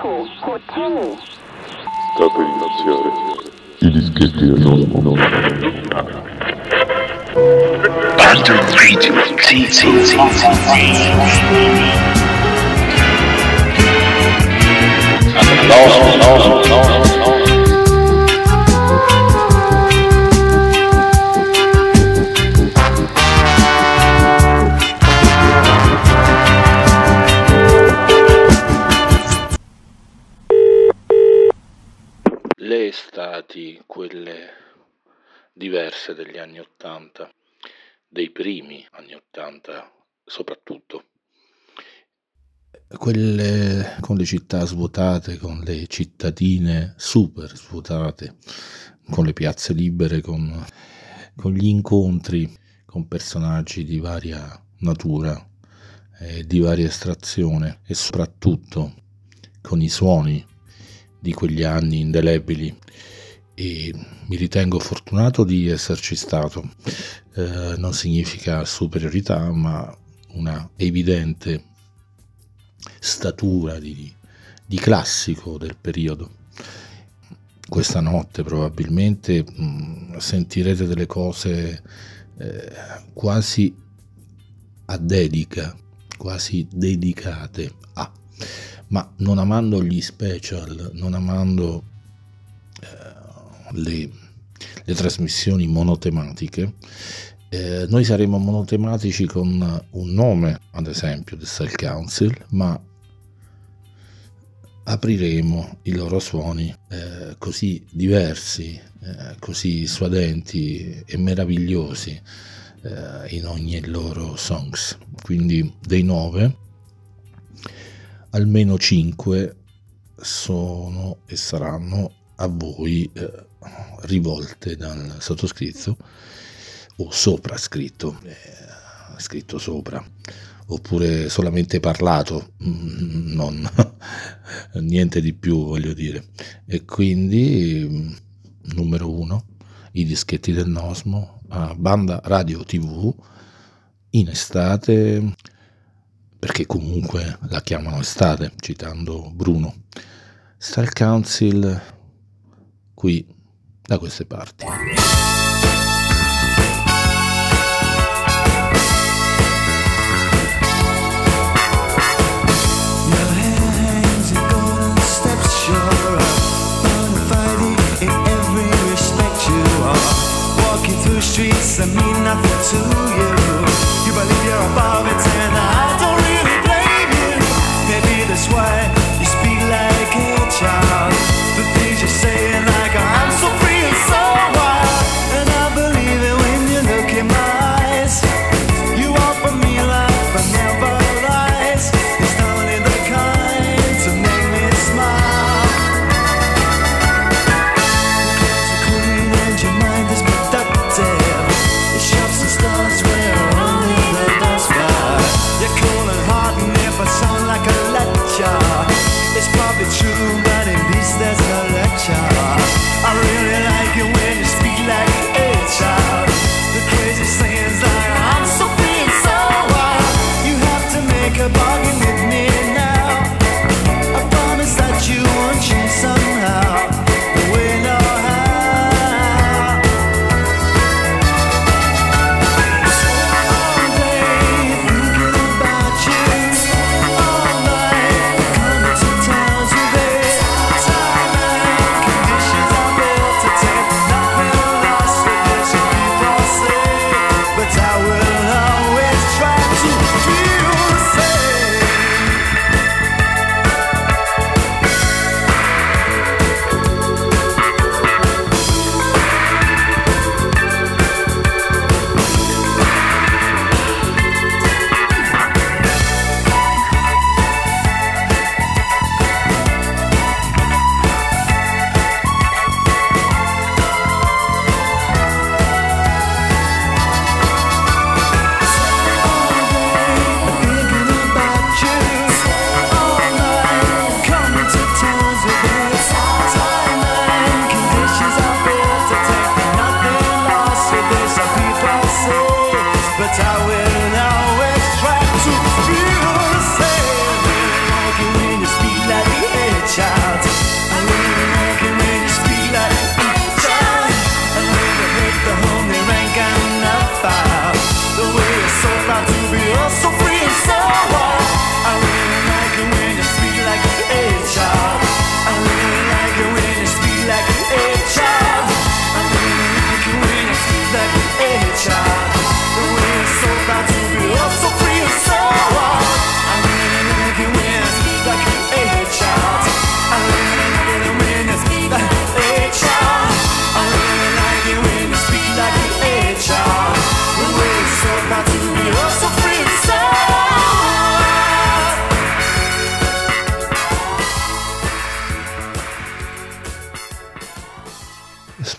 Sta per iniziare i dischetti del Nosmo. Under Radio TTT. Le estati, quelle diverse degli anni '80, dei primi anni '80 soprattutto, quelle con le città svuotate, con le cittadine super svuotate, con le piazze libere, con gli incontri con personaggi di varia natura, di varia estrazione e soprattutto con i suoni di quegli anni indelebili, e mi ritengo fortunato di esserci stato. Non significa superiorità, ma una evidente statura di classico del periodo. Questa notte probabilmente sentirete delle cose quasi a dedica, quasi dedicate a, ma non amando gli special, non amando le trasmissioni monotematiche, noi saremo monotematici con un nome, ad esempio The Style Council, ma apriremo i loro suoni così diversi, così suadenti e meravigliosi in ogni loro songs. Quindi dei 9, almeno 5 sono e saranno a voi rivolte dal sottoscritto o soprascritto, scritto sopra, oppure solamente parlato, non niente di più, voglio dire. E quindi numero 1, i dischetti del Nosmo a Banda Radio TV in estate, perché comunque la chiamano estate, citando Bruno. Style Council qui da queste parti. Streets that mean nothing to you. You believe you're above it, and I don't really blame you. Maybe that's why you speak like a child. The things you're saying, like I'm so free and so wild. And I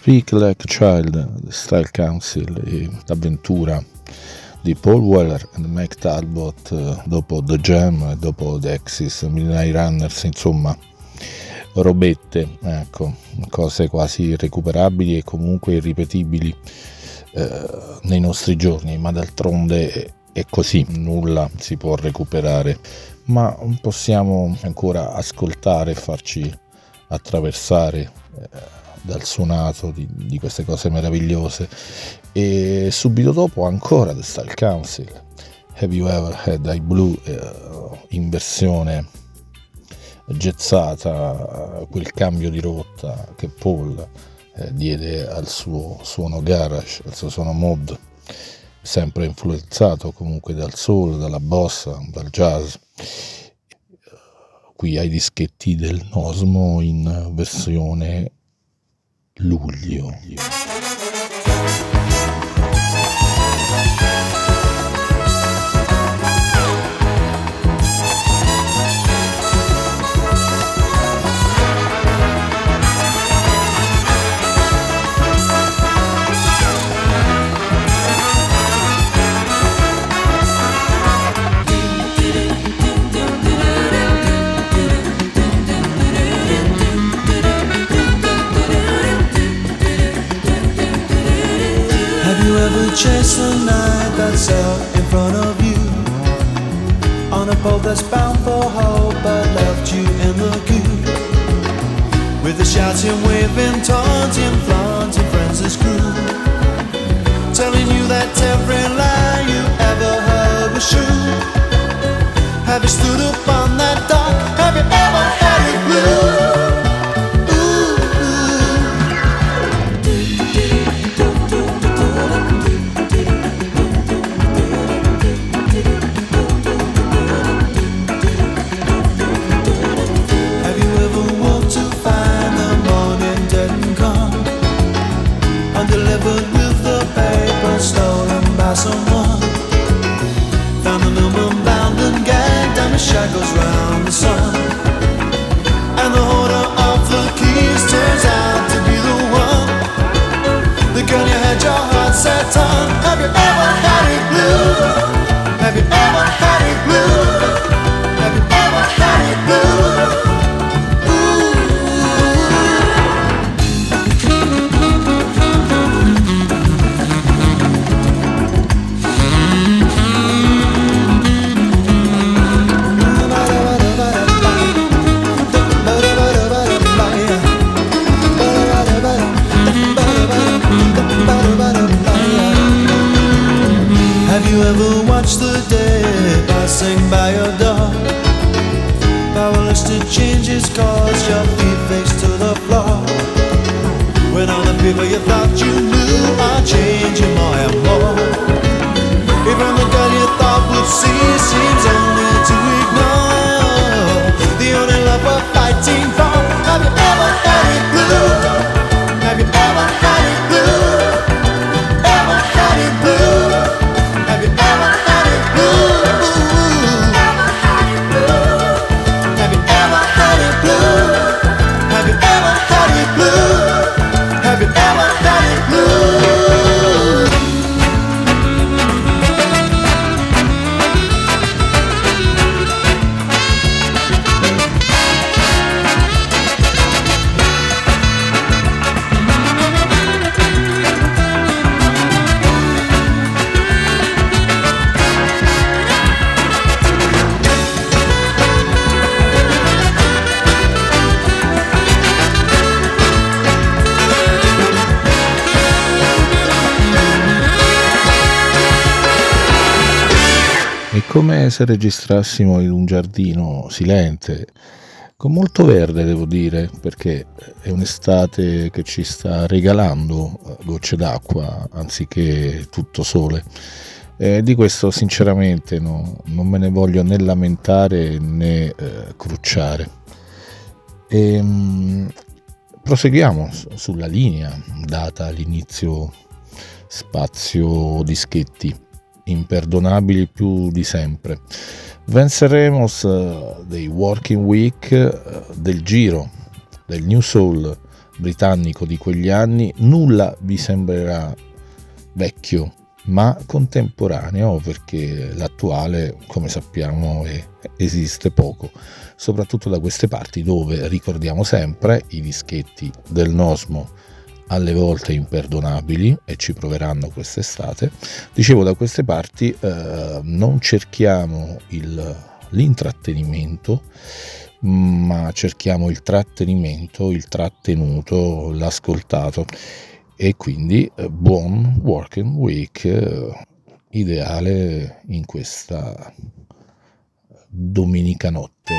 Speak Like a Child, Style Council e l'avventura di Paul Weller e Mike Talbot dopo The Jam e dopo The Axis, Midnight Runners, insomma robette, ecco, cose quasi irrecuperabili e comunque irripetibili nei nostri giorni, ma d'altronde è così, nulla si può recuperare, ma possiamo ancora ascoltare e farci attraversare dal suonato di queste cose meravigliose. E subito dopo ancora The Style Council, Have You Ever Had I Blue, in versione jazzata, quel cambio di rotta che Paul diede al suo suono garage, al suo suono mod, sempre influenzato comunque dal soul, dalla bossa, dal jazz. Qui ai dischetti del Nosmo in versione luglio. Chase the night that's out in front of you, on a boat that's bound for hope but left you in the queue, with the shouting, waving, taunting, flaunting friends as crew, telling you that every lie you ever heard was true. Have you stood up on that dock? Have you ever had it blue? Someone found the millman bound and gagged, and the shackles round the sun, and the holder of the keys turns out to be the one, the girl you had your heart set on. Have you ever had it blue? Have you ever had it blue? Have you ever had it blue? Have you ever watched the day passing by your door, powerless to change its course, your feet face to the floor, when all the people you thought you knew are changing more and more? Even the girl you thought would see seems only to ignore the only love we're fighting for. Have you ever had it blue? Have you ever had it blue? Ever had it blue? Have you ever had it blue? Ever had it blue? Have you ever had it blue? Have you ever had it blue? Have you ever had it blue? È come se registrassimo in un giardino silente, con molto verde devo dire, perché è un'estate che ci sta regalando gocce d'acqua anziché tutto sole. Di questo sinceramente non me ne voglio né lamentare né crucciare. Proseguiamo sulla linea data l'inizio spazio dischetti imperdonabili più di sempre. Venceremos dei Working Week, del giro del New Soul britannico di quegli anni, nulla vi sembrerà vecchio, ma contemporaneo, perché l'attuale, come sappiamo, esiste poco, soprattutto da queste parti dove, ricordiamo sempre, i dischetti del Nosmo alle volte imperdonabili, e ci proveranno quest'estate. Dicevo, da queste parti non cerchiamo l'intrattenimento, ma cerchiamo il trattenimento, il trattenuto, l'ascoltato, e quindi buon working week ideale in questa domenica notte.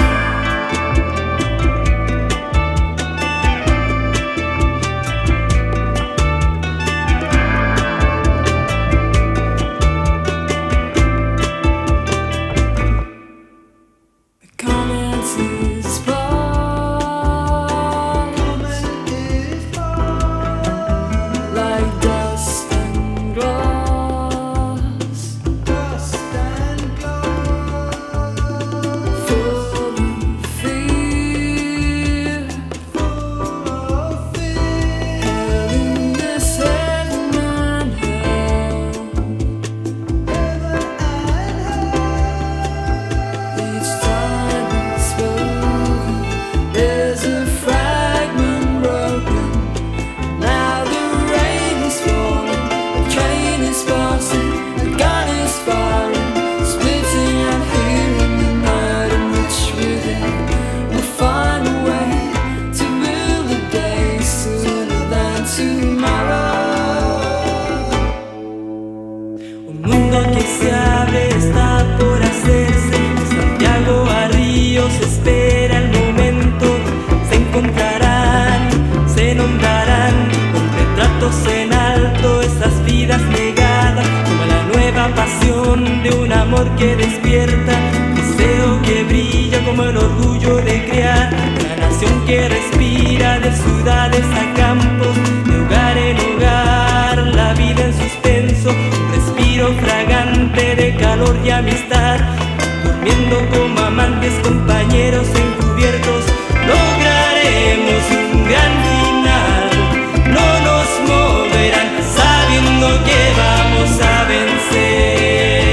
Que despierta, deseo que brilla como el orgullo de crear una nación que respira de ciudades a campos, de hogar en hogar, la vida en suspenso, un respiro fragante de calor y amistad, durmiendo como amantes, compañeros encubiertos, lograremos un gran final, no nos moverán, sabiendo que vamos a vencer.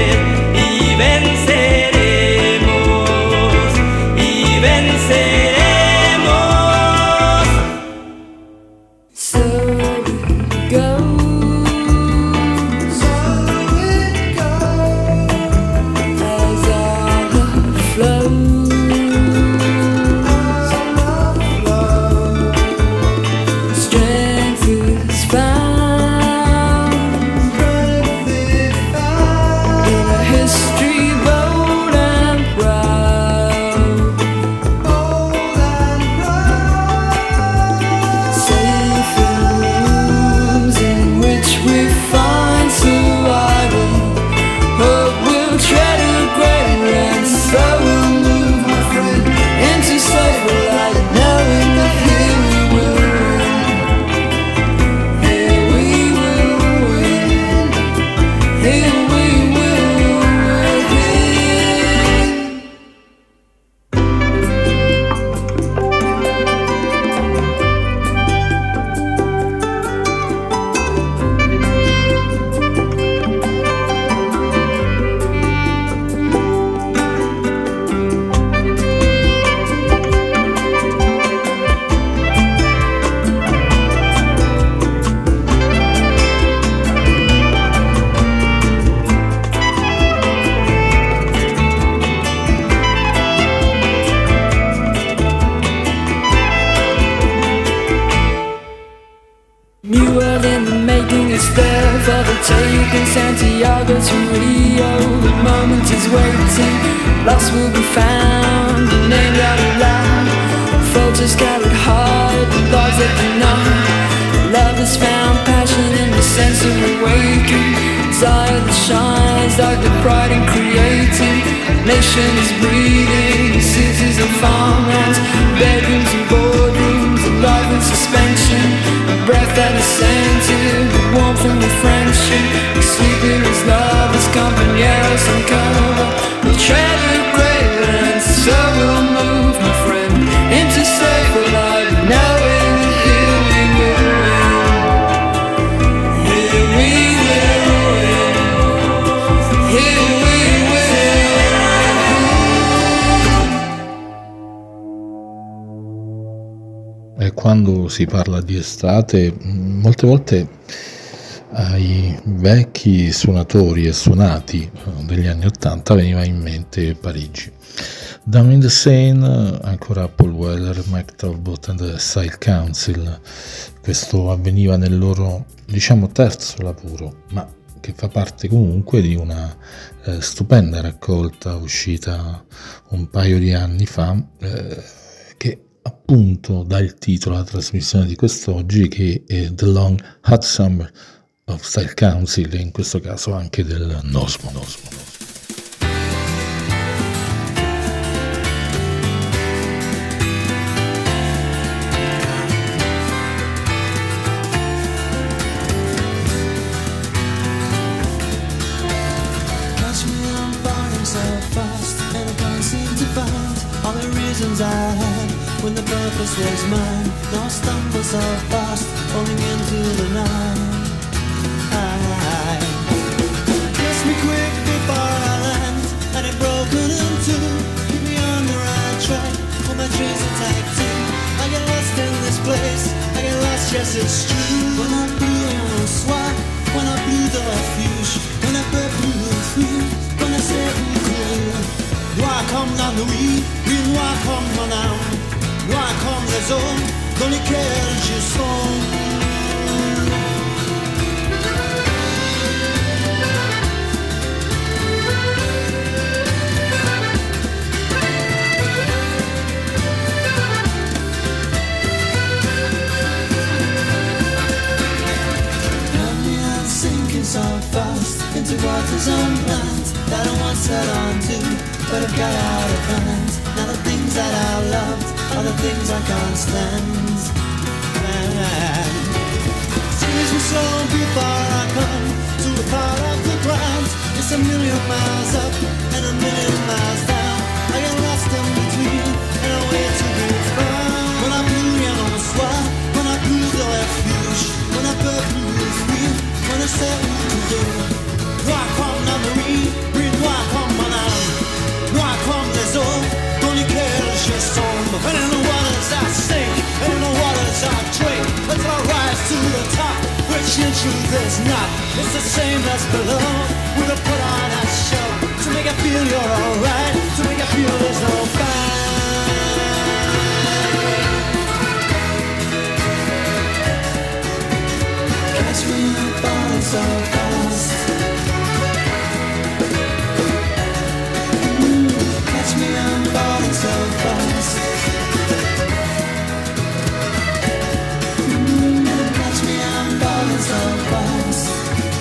taking Santiago to Rio. The moment is waiting, lost will be found and named out aloud. Vultures carried hard, the laws that deny. Love is found, passion in the sense of awakening. Desire that shines, dark the pride in creating. Nation is breathing, cities and farmlands, bedrooms and boardrooms, a life in suspension. A breath that is scented, the warmth from the friendship. The sleeper is love, is compañeros and cover. We'll tread a great land, so we'll move, my friend, into safer life, knowing that here E quando si parla di estate, molte volte ai vecchi suonatori e suonati degli anni '80 veniva in mente Parigi. Down in the Seine, ancora Paul Weller, Mike Talbot and the Style Council. Questo avveniva nel loro, terzo lavoro, ma che fa parte comunque di una stupenda raccolta uscita un paio di anni fa, che appunto dà il titolo alla trasmissione di quest'oggi, che è The Long Hot Summer of Style Council, e in questo caso anche del Nosmo. I had when the purpose was mine. Now I stumble so fast, falling into the night. Kiss me quick before I land, and it broken in two. Keep me on the right track, when my dreams attack too. I get lost in this place, I get lost, yes it's true. When I blew un soir, when I blew the refuge, when I peux plus fuir, when I sais où courir. Noir comme la nuit, oui noir comme mon âme, noir comme les eaux dans lesquelles je sombre. So fast into waters unplanned that I once held on to, but I've got out of hand. Now the things that I loved are the things I can't stand. Tears me slow before I come to the part of the ground. It's a million miles up and a million miles down. I get lost in between and I wait to be found. When I blew rien en soi, when I blew the refuge, when I peux plus fuir, when I sais où courir. Noir comme la nuit, oui noir comme mon âme, noir comme les eaux dans lesquelles je sombre. And in the waters I sink, and in the waters I drink, until I rise to the top, which in truth is not. It's the same as below, with a put on a show, to make it feel you're alright, to make it feel there's no fight. Catch me, I'm falling so fast. Catch me, I'm falling so fast. Catch me, I'm falling so fast.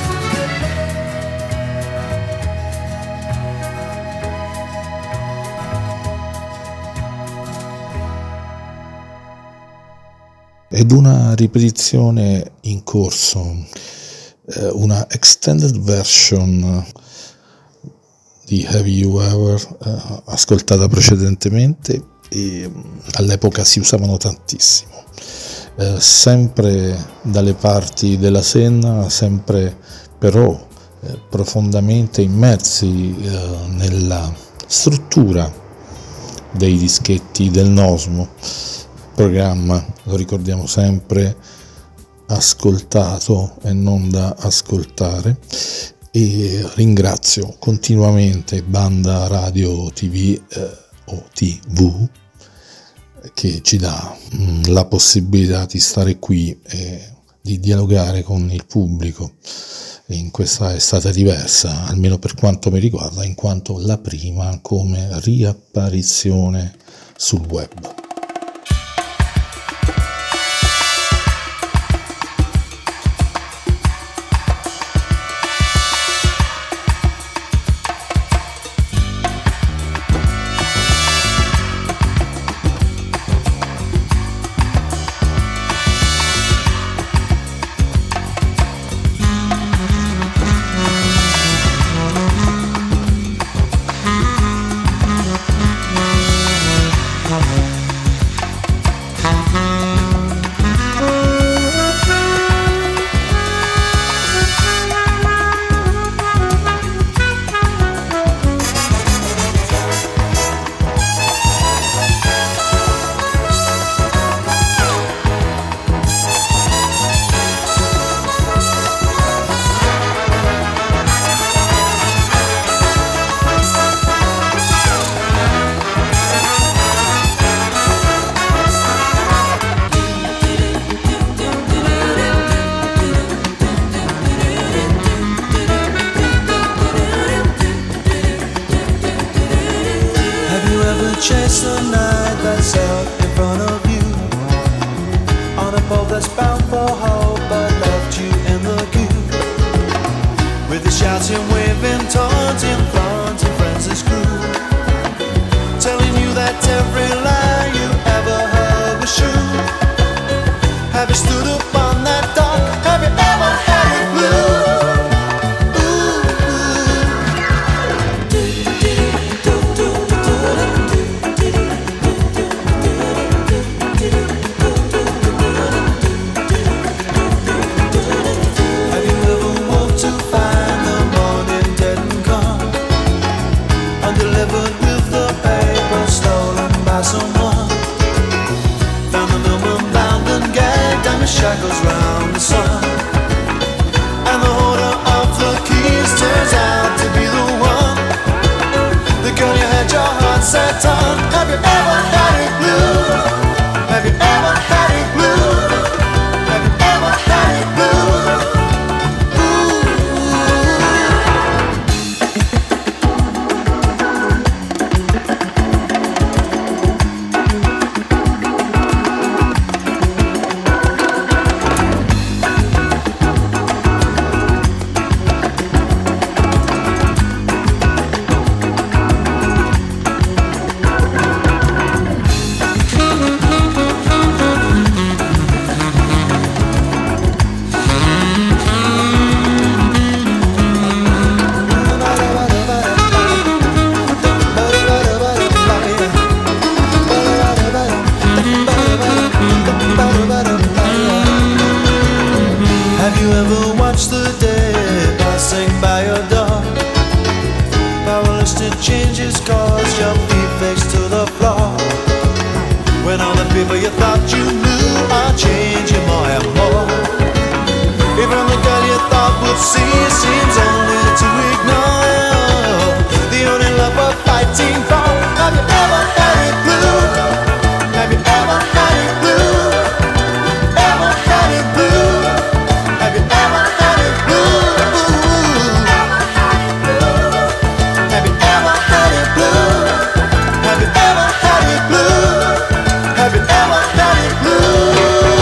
Ed una ripetizione in corso, una extended version di Have You Ever, ascoltata precedentemente, e all'epoca si usavano tantissimo, sempre dalle parti della Senna, sempre però profondamente immersi nella struttura dei dischetti del Nosmo, programma, lo ricordiamo sempre, ascoltato e non da ascoltare. E ringrazio continuamente Banda Radio TV o TV, che ci dà la possibilità di stare qui e di dialogare con il pubblico in questa estate diversa, almeno per quanto mi riguarda, in quanto la prima come riapparizione sul web. tonight that's out in front of you, on a boat that's bound for hope but left you in the queue, with the shouting, waving, taunting, flaunting friends and crew, telling you that every lie you ever heard was true. Have you stood up on that dock? Have you ever had it blue? Shackles round the sun, and the holder of the keys turns out to be the one, the girl you had your heart set on. Have you ever had it blue? Have you ever had it blue? Have you ever had it blue? Have you ever watched the day passing by your door? Powerless to change its course, your feet face to the floor, when all the people you thought you knew are changing more and more. Even the girl you thought would see seems only to ignore the only love we're fighting for. Have you ever had it blue? Have you ever had it blue? Ever had it blue? Have you ever had it blue? Have you ever had it blue? Have you ever had it blue? Have you ever had it blue?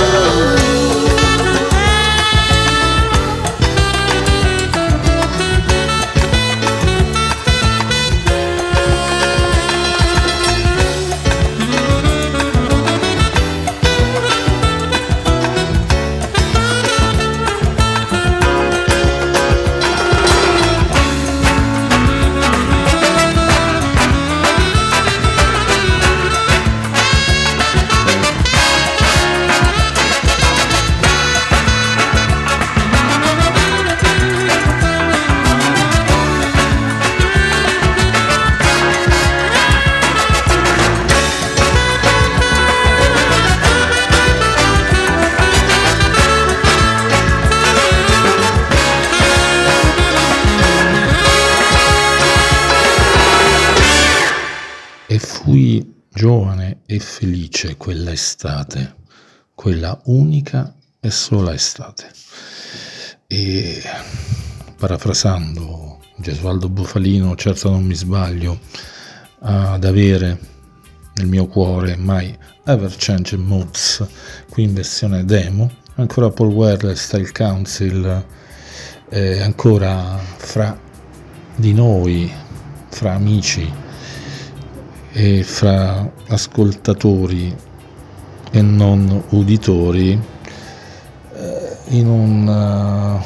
E fui giovane e felice quella estate, quella unica e sola estate. E parafrasando Gesualdo Bufalino, certo non mi sbaglio ad avere nel mio cuore My Ever Changing Moods, qui in versione demo, ancora Paul Weller, Style Council, ancora fra di noi, fra amici e fra ascoltatori e non uditori, in un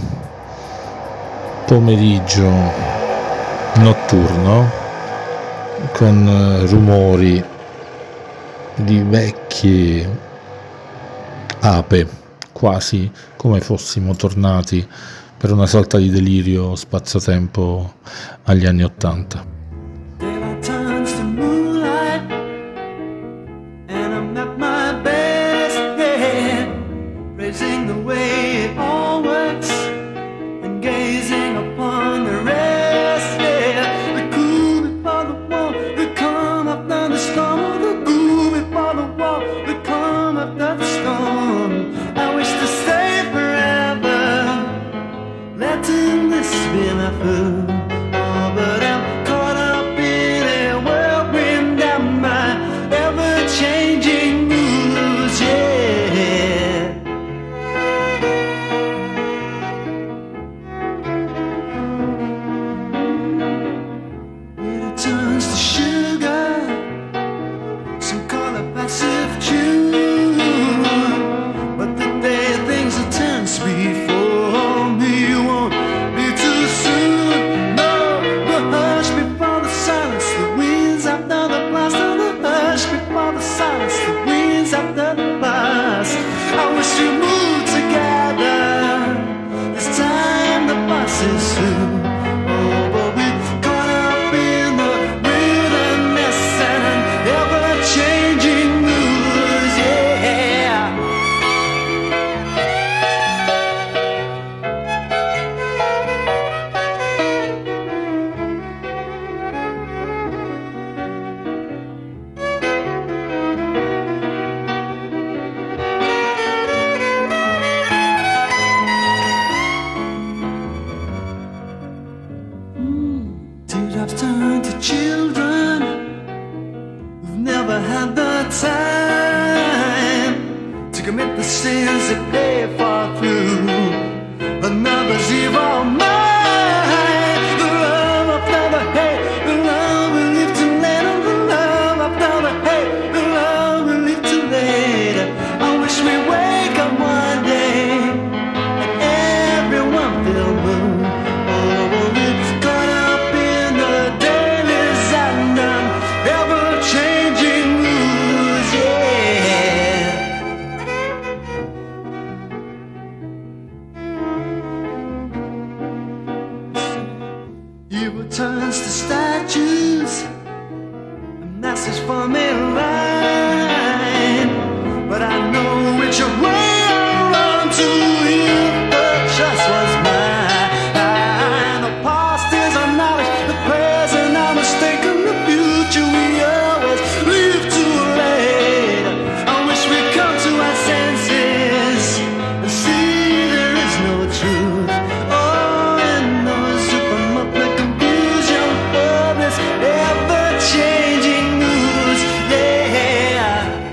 pomeriggio notturno con rumori di vecchie ape, quasi come fossimo tornati per una sorta di delirio spazzatempo agli anni '80. Daylight turns to moonlight, and I'm at my best, yeah, praising the way it all works, and gazing upon the rest, yeah, the cool before the wall, the calm after the storm, the cool before the wall, the calm after the storm. I wish to stay forever, letting this be my food. Oh, but I'm caught up in a whirlwind down my not the time to commit the sins that pay far through another's evil mind. The love of the hate, the love we live too late. The love of the hate, the love we live too late. I wish we wake up one day and everyone feel blue. Oh, it's caught up in the daily sound of ever-changing news, yeah. Evil turns to statues, a message from a line. But I know which way I run to if the trust was mine. The past is our knowledge, the present our mistaken, the future we always leave too late. I wish we'd come to our senses and see there is no truth. Oh, and no super up the confusion for this ever-changing news, yeah.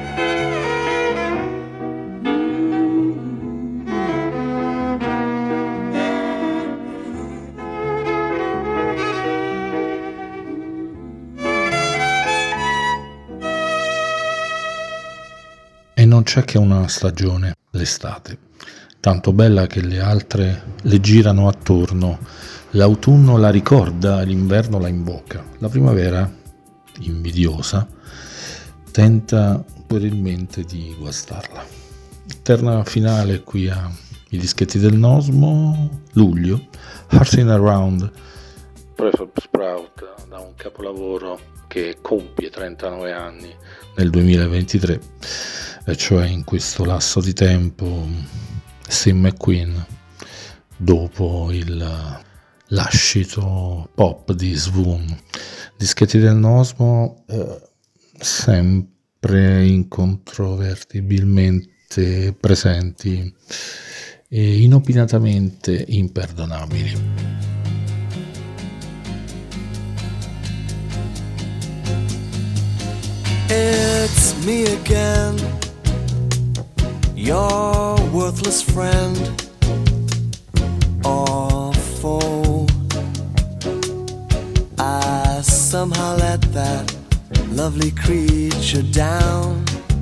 E non c'è che una stagione, l'estate, tanto bella che le altre le girano attorno. L'autunno la ricorda, l'inverno la invoca. La primavera, invidiosa, tenta puerilmente di guastarla. Terna finale qui a I dischetti del Nosmo, luglio, Horsing Around, Prefab Sprout, da un capolavoro che compie 39 anni nel 2023, e cioè in questo lasso di tempo Steve McQueen, dopo il lascito pop di Swoon. Dischetti del Nosmo, sempre incontrovertibilmente presenti e inopinatamente imperdonabili. It's me again, your worthless friend or foe. I somehow let that lovely creature down,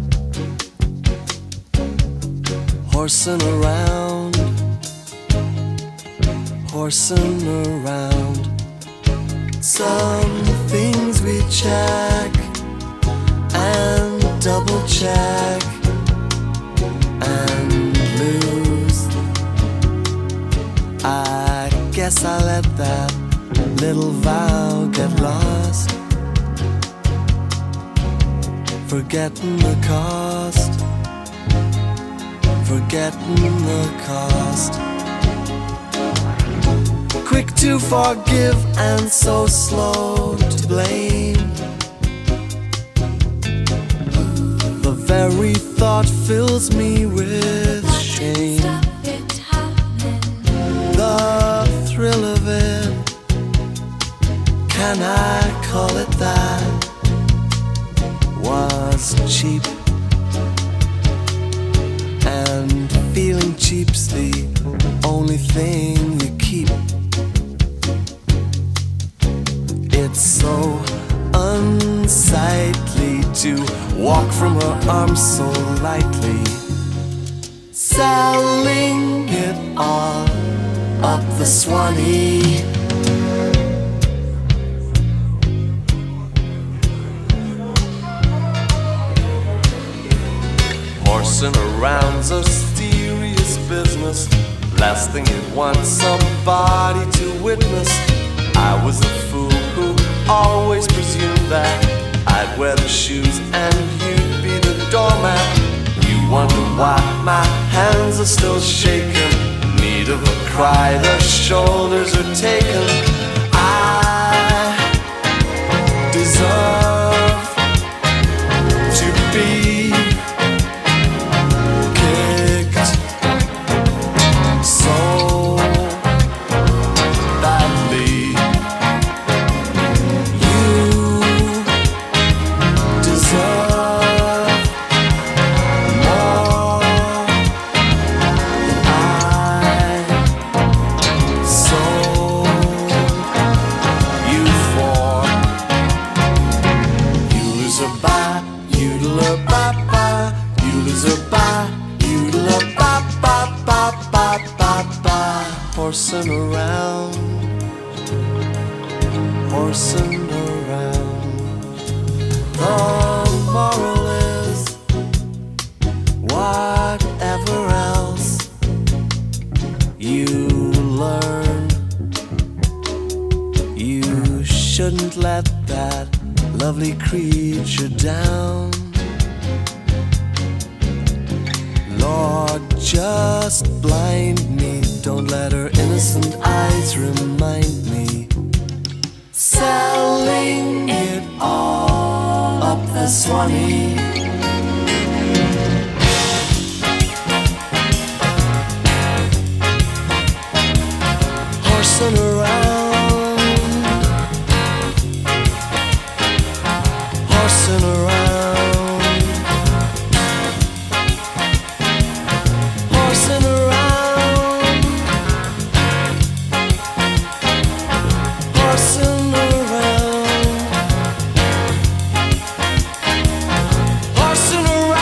horsing around, horsing around. Some things we check and double check and lose. I guess I let that little vow get lost, forgetting the cost, forgetting the cost. Quick to forgive and so slow to blame. The very thought fills me with shame. The thrill of it, can I call it that, was cheap. And feeling cheap's the only thing you keep. It's so unsightly to walk from her arms so lightly, selling it all up the Swanee. Horsing around's a serious business. Last thing you'd want somebody to witness. I was the fool who always presumed that I'd wear the shoes and you'd be the doormat. You wonder why my hands are still shaking. Need of a cry, the shoulders are taken. I deserve to be kicked so badly. You deserve ba-ba, ba, ba-ba-ba-ba-ba-ba, horsing around, horsing around. The moral is, whatever else you learn, you shouldn't let that lovely creature down. Lord, just blind me, don't let her innocent eyes remind me. Selling it all up the Swanee. Horsing around, horsing around, horsing around, horsing around, horsing around.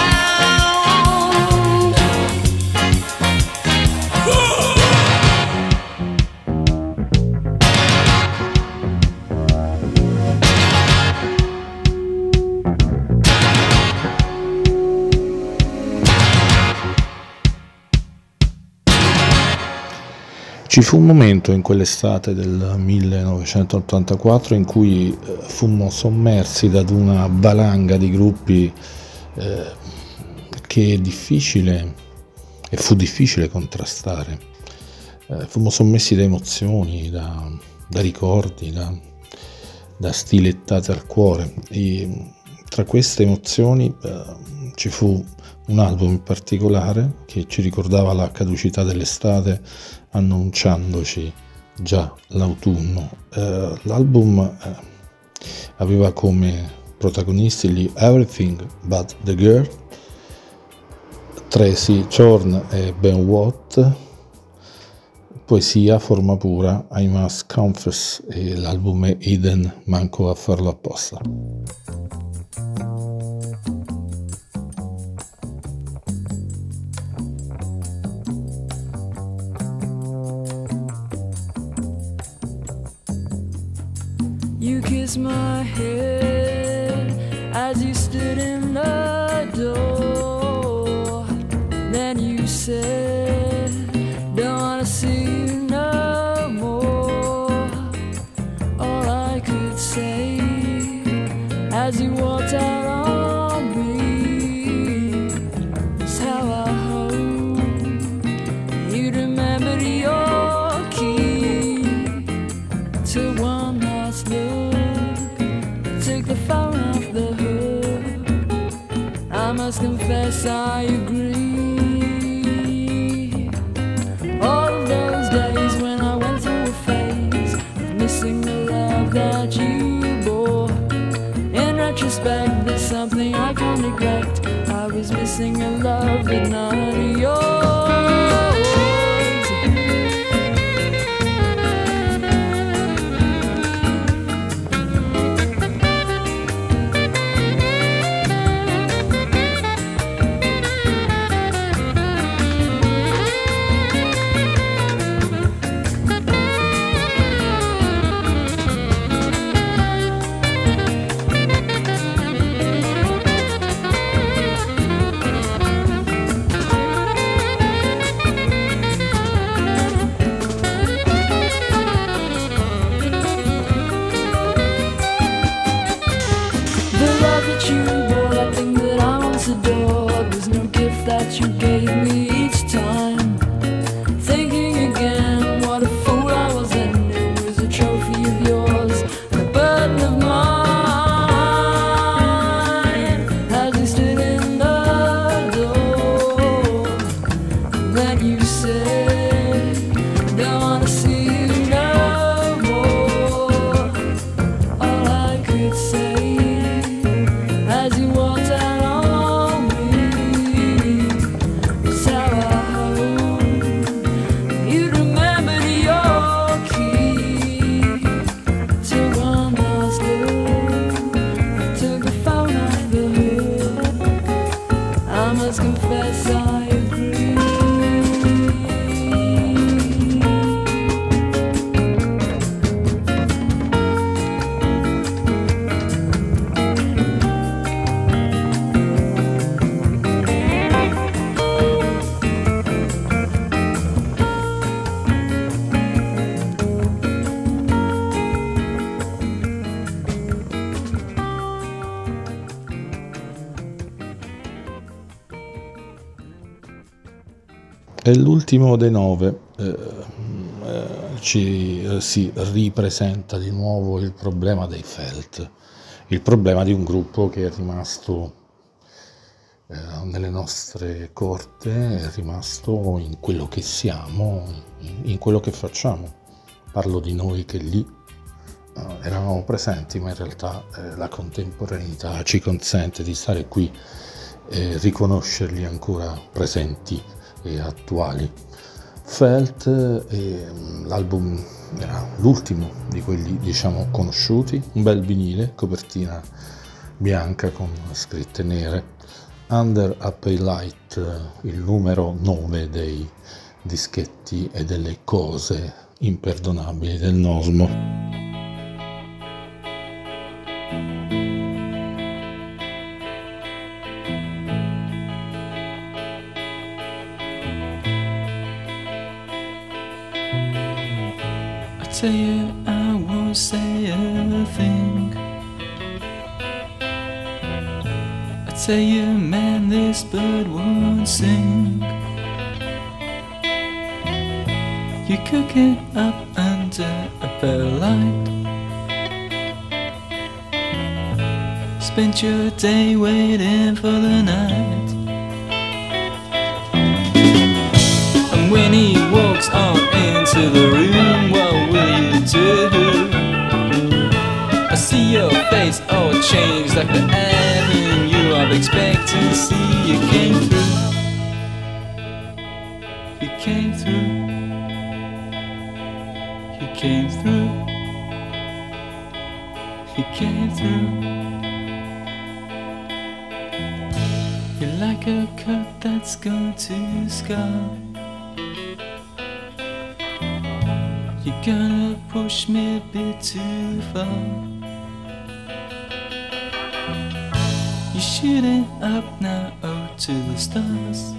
Ci fu un momento in quell'estate del 1984 in cui fummo sommersi da una valanga di gruppi che è difficile e fu difficile contrastare. Fummo sommessi da emozioni, da ricordi, da stilettate al cuore, e tra queste emozioni ci fu un album in particolare che ci ricordava la caducità dell'estate, annunciandoci già l'autunno. L'album aveva come protagonisti gli Everything But The Girl, Tracy Chorn e Ben Watt, poesia, forma pura, I Must Confess, e l'album è Eden, manco a farlo apposta. You kissed my head as you stood in the door. Then you said, don't wanna see you no more. All I could say as you walked out on me is how I hope you'd remember your key to one last look. Took the phone off the hook. I must confess I agree. All of those days when I went through a phase of missing the love that you bore. In retrospect, there's something I can't neglect. I was missing a love but not yours. must confess I agree. E l'ultimo dei 9 si ripresenta di nuovo il problema dei Felt, il problema di un gruppo che è rimasto nelle nostre corte, è rimasto in quello che siamo, in quello che facciamo. Parlo di noi che lì eravamo presenti, ma in realtà la contemporaneità ci consente di stare qui e riconoscerli ancora presenti e attuali. Felt, l'album era l'ultimo di quelli diciamo conosciuti, un bel vinile, copertina bianca con scritte nere, Under a Pale Light, il numero 9 dei dischetti e delle cose imperdonabili del Nosmo. Tell you I won't say a thing. I tell you, man, this bird won't sing. You cook it up under a pale light. Spend your day waiting for the night. And when he walks on into the room, what will you do? I see your face all changed like the avenue of expectancy. You came through. You came through. You came through. You came through. You're like a cut that's gone to scar. You're gonna push me a bit too far. You're shooting up now, oh, to the stars.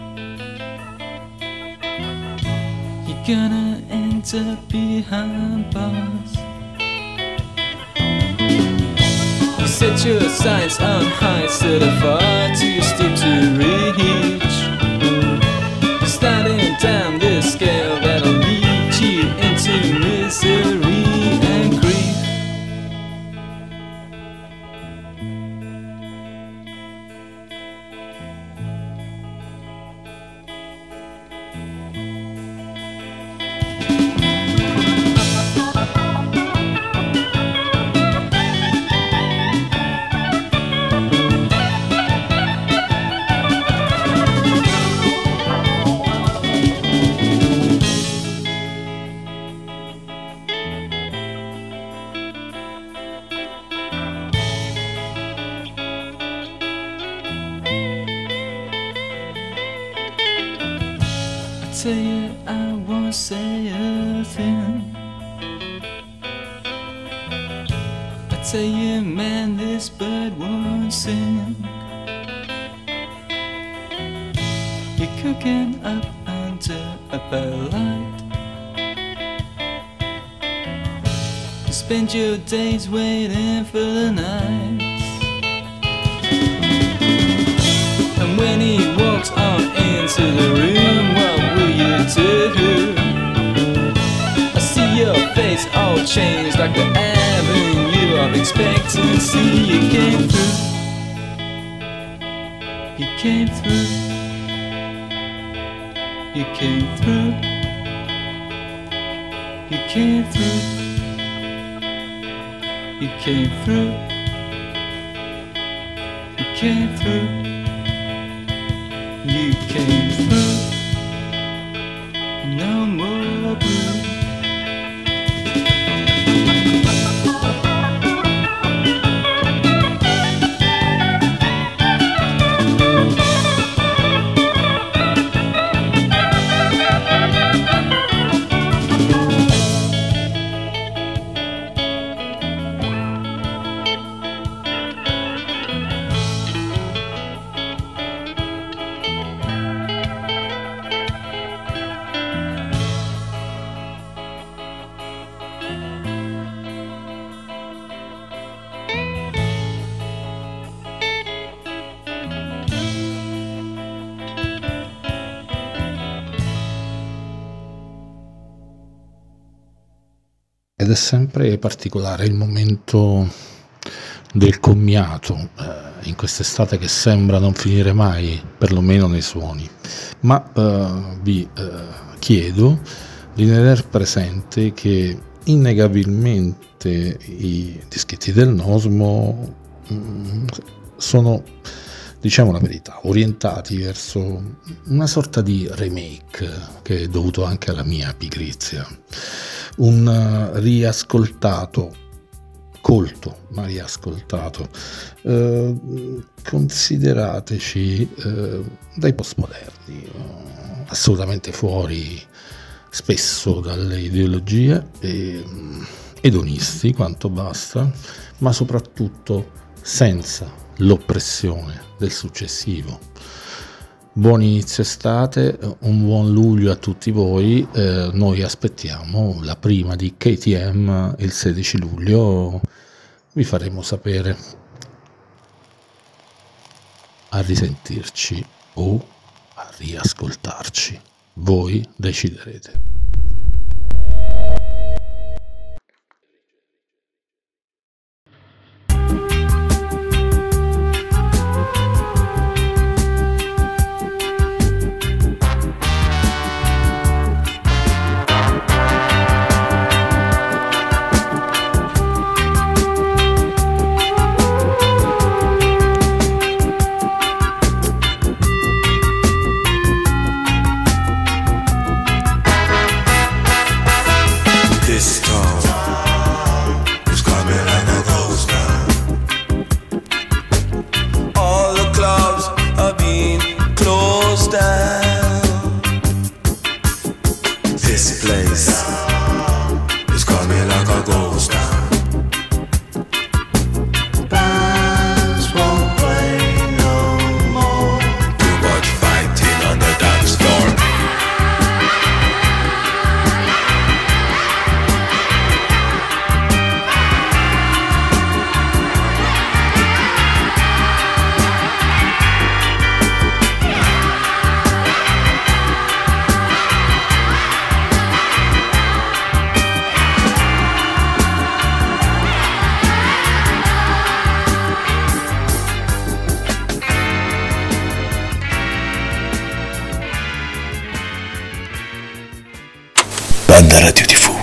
You're gonna end up behind bars. You set your sights on high, set a far too steep to reach. You're sliding down this scale that'll lead you into misery and grief. Tell you I won't say a thing. I tell you, man, this bird won't sing. You're cooking up under a pale light. You spend your days waiting for the night. And when he walks on into the room, what will you do? I see your face all changed like the avenue of expectancy. You came through. You came through. You came through. You came through. You came through. You came through. You came through. No more blue. ed è sempre particolare il momento del commiato in quest'estate che sembra non finire mai, perlomeno nei suoni, ma vi chiedo di tener presente che innegabilmente i dischetti del Nosmo sono, diciamo la verità, orientati verso una sorta di remake che è dovuto anche alla mia pigrizia, un riascoltato, colto ma riascoltato, considerateci dai postmoderni, assolutamente fuori spesso dalle ideologie edonisti quanto basta, ma soprattutto senza l'oppressione del successivo. Buon inizio estate, un buon luglio a tutti voi, noi aspettiamo la prima di KTM il 16 luglio, vi faremo sapere. A risentirci o a riascoltarci, voi deciderete. Radio TV.